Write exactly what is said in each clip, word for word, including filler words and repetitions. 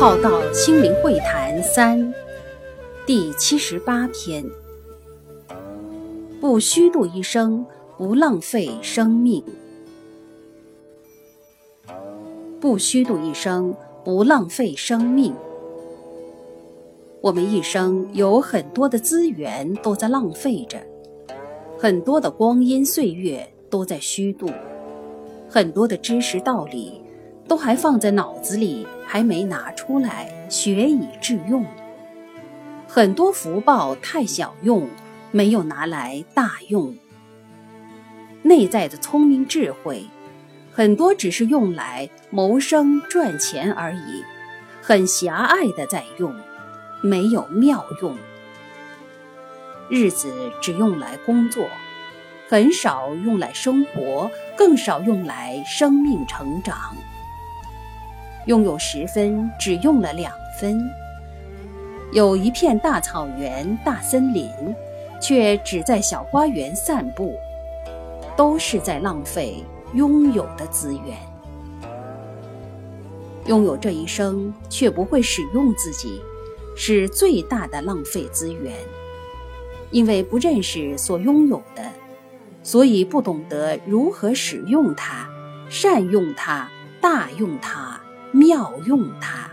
浩道心灵会谈三第七十八篇，不虚度一生，不浪费生命。不虚度一生，不浪费生命。我们一生有很多的资源都在浪费着，很多的光阴岁月都在虚度，很多的知识道理都还放在脑子里，还没拿出来学以致用。很多福报太小用，没有拿来大用。内在的聪明智慧，很多只是用来谋生赚钱而已，很狭隘的在用，没有妙用。日子只用来工作，很少用来生活，更少用来生命成长。拥有十分，只用了两分。有一片大草原、大森林，却只在小花园散步，都是在浪费拥有的资源。拥有这一生，却不会使用自己，是最大的浪费资源。因为不认识所拥有的，所以不懂得如何使用它，善用它，大用它，妙用它。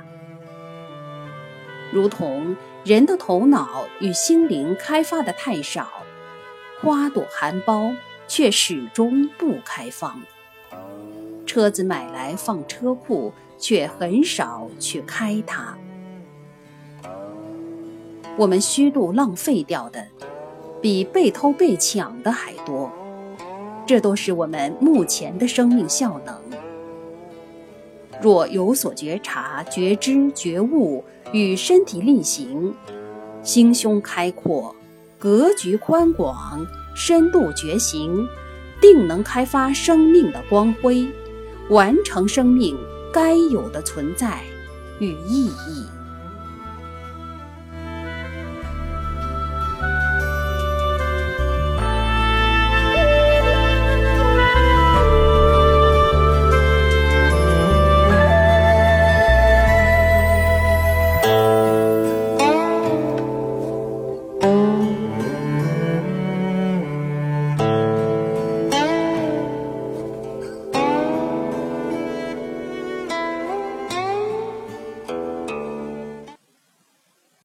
如同人的头脑与心灵开发的太少，花朵含苞却始终不开放。车子买来放车库，却很少去开它。我们虚度浪费掉的，比被偷被抢的还多，这都是我们目前的生命效能。若有所觉察、觉知、觉悟，与身体力行，心胸开阔，格局宽广，深度觉醒，定能开发生命的光辉，完成生命该有的存在与意义。